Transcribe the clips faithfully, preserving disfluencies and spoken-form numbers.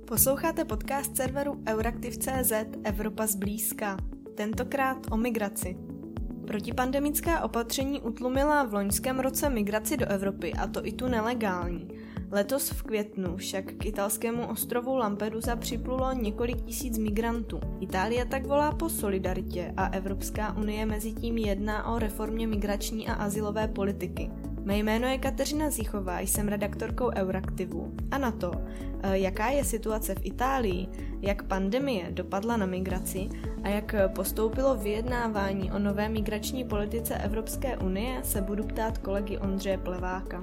Posloucháte podcast serveru Euraktiv tečka cé zet Evropa zblízka. Tentokrát o migraci. Protipandemická opatření utlumila v loňském roce migraci do Evropy, a to i tu nelegální. Letos v květnu však k italskému ostrovu Lampedusa připlulo několik tisíc migrantů. Itálie tak volá po solidaritě a Evropská unie mezitím jedná o reformě migrační a azylové politiky. Mé jméno je Kateřina Zichová, jsem redaktorkou Euraktivu. A na to, jaká je situace v Itálii, jak pandemie dopadla na migraci a jak postoupilo vyjednávání o nové migrační politice Evropské unie, se budu ptát kolegy Ondřeje Pleváka.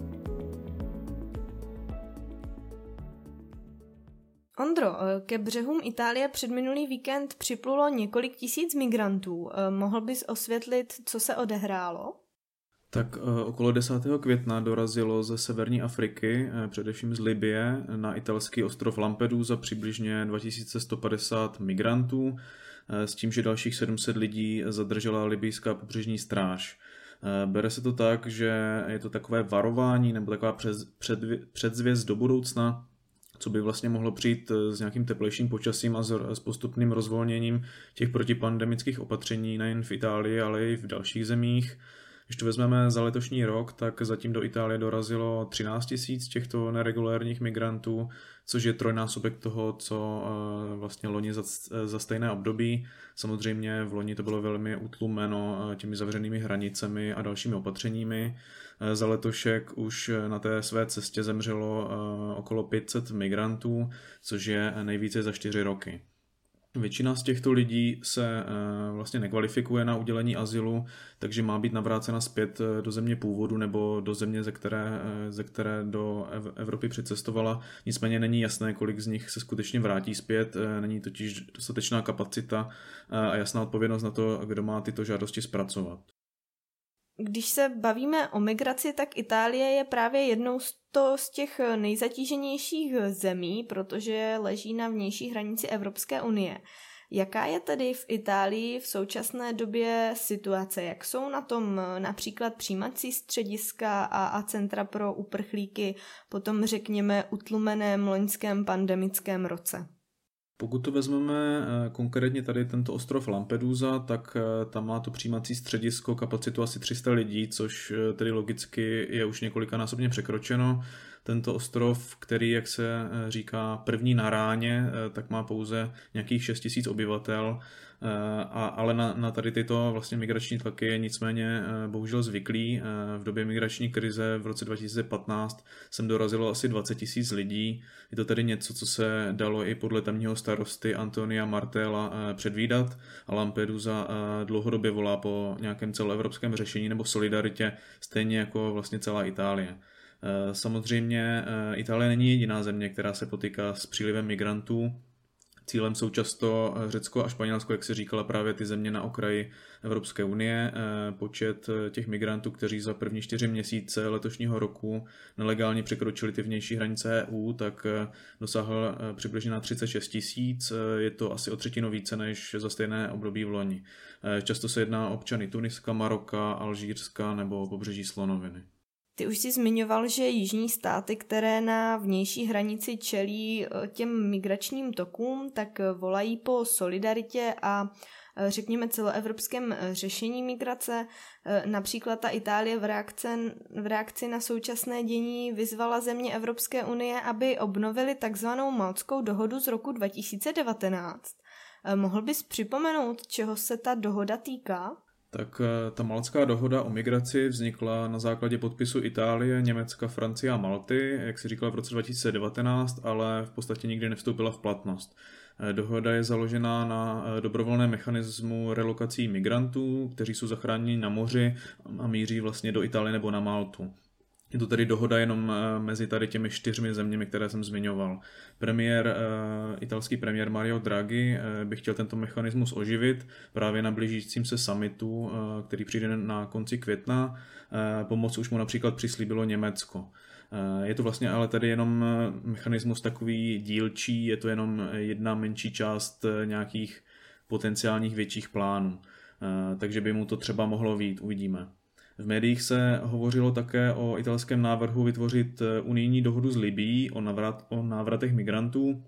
Ondro, ke břehům Itálie před minulý víkend připlulo několik tisíc migrantů. Mohl bys osvětlit, co se odehrálo? Tak okolo desátého května dorazilo ze severní Afriky, především z Libye, na italský ostrov Lampedusa přibližně dva tisíce sto padesát migrantů, s tím, že dalších sedm set lidí zadržela libyjská pobřežní stráž. Bere se to tak, že je to takové varování nebo taková před, před, předzvěst do budoucna, co by vlastně mohlo přijít s nějakým teplejším počasím a s postupným rozvolněním těch protipandemických opatření nejen v Itálii, ale i v dalších zemích. Když to vezmeme za letošní rok, tak zatím do Itálie dorazilo třináct tisíc těchto neregulérních migrantů, což je trojnásobek toho, co vlastně loni za, za stejné období. Samozřejmě v loni to bylo velmi utlumeno těmi zavřenými hranicemi a dalšími opatřeními. Za letošek už na té své cestě zemřelo okolo pět set migrantů, což je nejvíce za čtyři roky. Většina z těchto lidí se vlastně nekvalifikuje na udělení azylu, takže má být navrácena zpět do země původu nebo do země, ze které, ze které do Evropy přicestovala. Nicméně není jasné, kolik z nich se skutečně vrátí zpět, není totiž dostatečná kapacita a jasná odpovědnost na to, kdo má tyto žádosti zpracovat. Když se bavíme o migraci, tak Itálie je právě jednou z, to, z těch nejzatíženějších zemí, protože leží na vnější hranici Evropské unie. Jaká je tedy v Itálii v současné době situace? Jak jsou na tom například přijímací střediska a, a centra pro uprchlíky po tom, řekněme, utlumeném loňském pandemickém roce? Pokud to vezmeme konkrétně tady tento ostrov Lampedusa, tak tam má to přijímací středisko kapacitu asi tři sta lidí, což tedy logicky je už několikanásobně překročeno. Tento ostrov, který, jak se říká, první na ráně, tak má pouze nějakých šest tisíc obyvatel, a, ale na, na tady tyto vlastně migrační tlaky je nicméně bohužel zvyklý. V době migrační krize v roce dva tisíce patnáct sem dorazilo asi dvacet tisíc lidí. Je to tedy něco, co se dalo i podle tamního starosty Antonia Martela předvídat, a Lampedusa dlouhodobě volá po nějakém celoevropském řešení nebo solidaritě, stejně jako vlastně celá Itálie. Samozřejmě Itálie není jediná země, která se potýká s přílivem migrantů. Cílem jsou často Řecko a Španělsko, jak se říkala, právě ty země na okraji Evropské unie. Počet těch migrantů, kteří za první čtyři měsíce letošního roku nelegálně překročili ty vnější hranice E U, tak dosáhl přibližně na třicet šest tisíc. Je to asi o třetinu více než za stejné období v loni. Často se jedná o občany Tuniska, Maroka, Alžírska nebo pobřeží Slonoviny. Ty už jsi zmiňoval, že jižní státy, které na vnější hranici čelí těm migračním tokům, tak volají po solidaritě a řekněme celoevropském řešení migrace. Například ta Itálie v reakci, v reakci na současné dění vyzvala země Evropské unie, aby obnovili takzvanou Maltskou dohodu z roku dva tisíce devatenáct. Mohl bys připomenout, čeho se ta dohoda týká? Tak ta Maltská dohoda o migraci vznikla na základě podpisu Itálie, Německa, Francie a Malty, jak si říkala v roce dva tisíce devatenáct, ale v podstatě nikdy nevstoupila v platnost. Dohoda je založená na dobrovolném mechanismu relokací migrantů, kteří jsou zachráněni na moři a míří vlastně do Itálie nebo na Maltu. Je to tedy dohoda jenom mezi tady těmi čtyřmi zeměmi, které jsem zmiňoval. Premiér, italský premiér Mario Draghi by chtěl tento mechanismus oživit právě na blížícím se summitu, který přijde na konci května. Pomoc už mu například přislíbilo Německo. Je to vlastně ale tady jenom mechanismus takový dílčí, je to jenom jedna menší část nějakých potenciálních větších plánů. Takže by mu to třeba mohlo vyjít, uvidíme. V médiích se hovořilo také o italském návrhu vytvořit unijní dohodu s Libyí o, navrat, o návratech migrantů.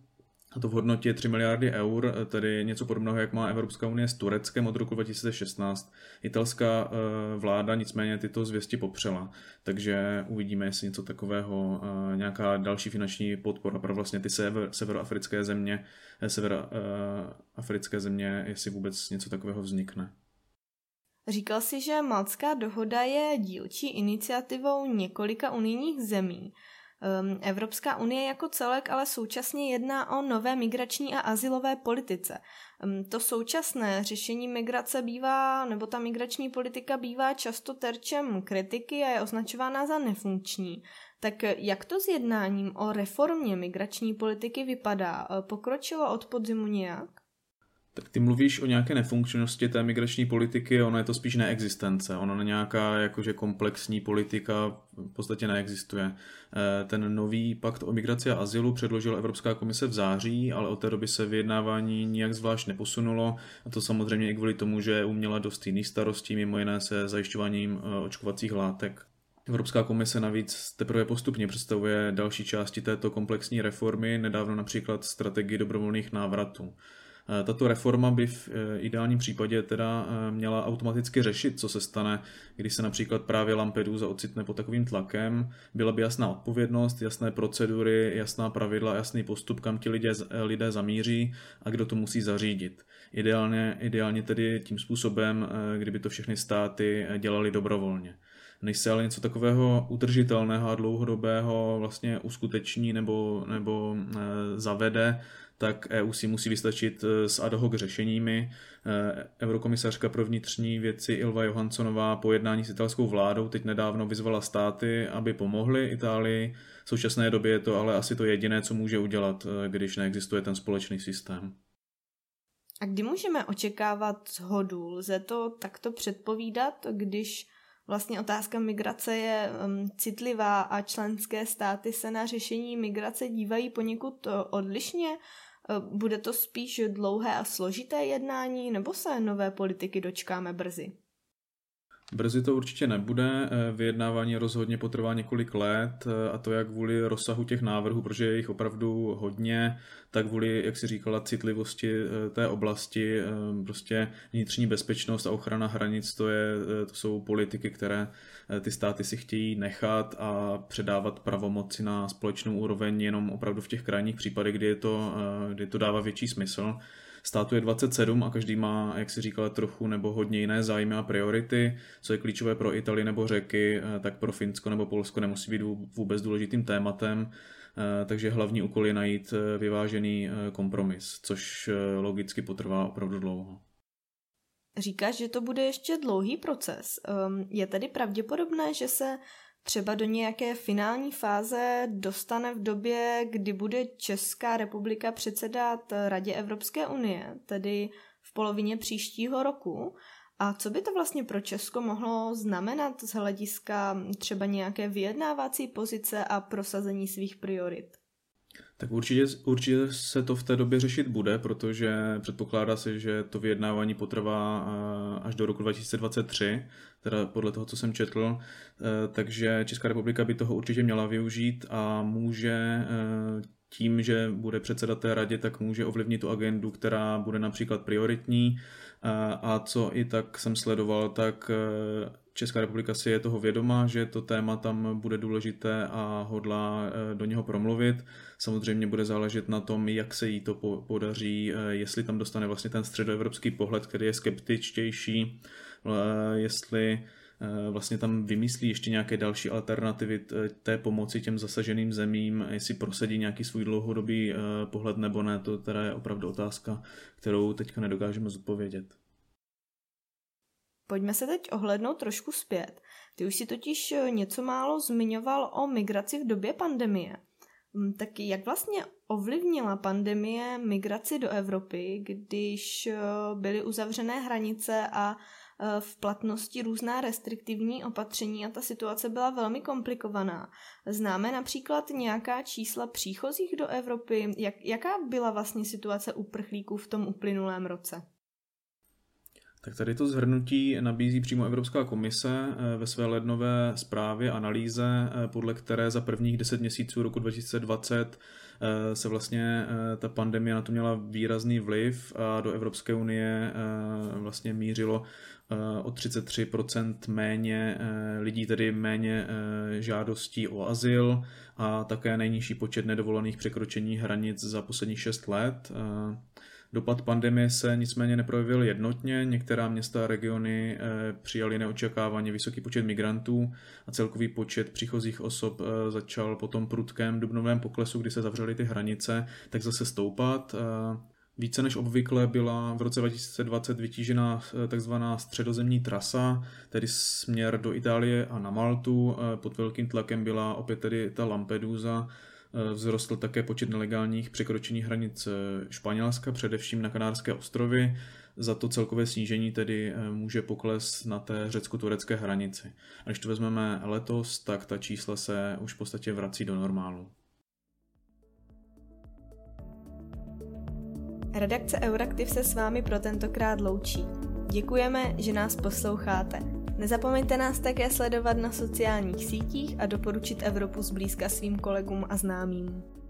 a to v hodnotě tři miliardy eur, tedy něco podobného, jak má Evropská unie s Tureckem od roku dva tisíce šestnáct. Italská vláda nicméně tyto zvěsti popřela, takže uvidíme, jestli něco takového, nějaká další finanční podpora pro vlastně ty sever, severoafrické země, severoafrické země, jestli vůbec něco takového vznikne. Říkal jsi, že Maltská dohoda je dílčí iniciativou několika unijních zemí. Evropská unie jako celek ale současně jedná o nové migrační a azylové politice. To současné řešení migrace bývá, nebo ta migrační politika bývá často terčem kritiky a je označována za nefunkční. Tak jak to s jednáním o reformě migrační politiky vypadá? Pokročilo od podzimu nějak? Tak ty mluvíš o nějaké nefunkčnosti té migrační politiky, ono je to spíš neexistence, ono nějaká jakože komplexní politika v podstatě neexistuje. Ten nový pakt o migraci a azylu předložila Evropská komise v září, ale od té doby se vyjednávání nijak zvlášť neposunulo, a to samozřejmě i kvůli tomu, že uměla dost jiných starostí, mimo jiné se zajišťováním očkovacích látek. Evropská komise navíc teprve postupně představuje další části této komplexní reformy, nedávno například strategii dobrovolných návratů. Tato reforma by v ideálním případě teda měla automaticky řešit, co se stane, když se například právě Lampedusa ocitne pod takovým tlakem. Byla by jasná odpovědnost, jasné procedury, jasná pravidla, jasný postup, kam ti lidé, lidé zamíří a kdo to musí zařídit. Ideálně, ideálně tedy tím způsobem, kdyby to všechny státy dělali dobrovolně. Než se ale něco takového udržitelného a dlouhodobého vlastně uskuteční nebo, nebo e, zavede, tak E U si musí vystačit s ad hoc řešeními. Eurokomisařka pro vnitřní věci Ylva Johanssonová po jednání s italskou vládou teď nedávno vyzvala státy, aby pomohly Itálii. V současné době je to ale asi to jediné, co může udělat, když neexistuje ten společný systém. A kdy můžeme očekávat shodu? Lze to takto předpovídat, když vlastně otázka migrace je um, citlivá a členské státy se na řešení migrace dívají poněkud odlišně? Bude to spíš dlouhé a složité jednání, nebo se nové politiky dočkáme brzy? Brzy to určitě nebude, vyjednávání rozhodně potrvá několik let, a to jak kvůli rozsahu těch návrhů, protože je jich opravdu hodně, tak kvůli, jak si říkala, citlivosti té oblasti, prostě vnitřní bezpečnost a ochrana hranic, to, je, to jsou politiky, které ty státy si chtějí nechat a předávat pravomoci na společnou úroveň jenom opravdu v těch krajních případech, kdy, je to, kdy to dává větší smysl. Státu je dvacet sedm a každý má, jak si říkala, trochu nebo hodně jiné zájmy a priority. Co je klíčové pro Itálii nebo Řeky, tak pro Finsko nebo Polsko nemusí být vůbec důležitým tématem. Takže hlavní úkol je najít vyvážený kompromis, což logicky potrvá opravdu dlouho. Říkáš, že to bude ještě dlouhý proces. Je tedy pravděpodobné, že se třeba do nějaké finální fáze dostane v době, kdy bude Česká republika předsedat Radě Evropské unie, tedy v polovině příštího roku. A co by to vlastně pro Česko mohlo znamenat z hlediska třeba nějaké vyjednávací pozice a prosazení svých priorit? Tak určitě, určitě se to v té době řešit bude, protože předpokládá se, že to vyjednávání potrvá až do roku dva tisíce dvacet tři, teda podle toho, co jsem četl, takže Česká republika by toho určitě měla využít a může tím, že bude předsedat té radě, tak může ovlivnit tu agendu, která bude například prioritní, a co i tak jsem sledoval, tak Česká republika si je toho vědomá, že to téma tam bude důležité a hodlá do něho promluvit. Samozřejmě bude záležet na tom, jak se jí to podaří, jestli tam dostane vlastně ten středoevropský pohled, který je skeptičtější, jestli vlastně tam vymyslí ještě nějaké další alternativy té pomoci těm zasaženým zemím, jestli prosadí nějaký svůj dlouhodobý pohled nebo ne, to teda je opravdu otázka, kterou teďka nedokážeme zodpovědět. Pojďme se teď ohlédnout trošku zpět. Ty už si totiž něco málo zmiňoval o migraci v době pandemie. Tak jak vlastně ovlivnila pandemie migraci do Evropy, když byly uzavřené hranice a v platnosti různá restriktivní opatření a ta situace byla velmi komplikovaná? Známe například nějaká čísla příchozích do Evropy? Jak, jaká byla vlastně situace uprchlíků v tom uplynulém roce? Tak tady to shrnutí nabízí přímo Evropská komise ve své lednové zprávě analýze, podle které za prvních deset měsíců roku dva tisíce dvacet se vlastně ta pandemie na to měla výrazný vliv a do Evropské unie vlastně mířilo o třicet tři procent méně lidí, tedy méně žádostí o azyl a také nejnižší počet nedovolených překročení hranic za posledních šest let. Dopad pandemie se nicméně neprojevil jednotně, některá města a regiony přijaly neočekávaně vysoký počet migrantů a celkový počet příchozích osob začal po tom prudkém dubnovém poklesu, kdy se zavřely ty hranice, tak zase stoupat. Více než obvykle byla v roce dva tisíce dvacet vytížena takzvaná středozemní trasa, tedy směr do Itálie a na Maltu. Pod velkým tlakem byla opět tedy ta Lampedusa. Vzrostl také počet nelegálních překročení hranic Španělska, především na Kanárské ostrovy. Za to celkové snížení tedy může pokles na té řecko-turecké hranici. A když to vezmeme letos, tak ta čísla se už v podstatě vrací do normálu. Redakce Euraktiv se s vámi pro tentokrát loučí. Děkujeme, že nás posloucháte. Nezapomeňte nás také sledovat na sociálních sítích a doporučit Evropu zblízka svým kolegům a známým.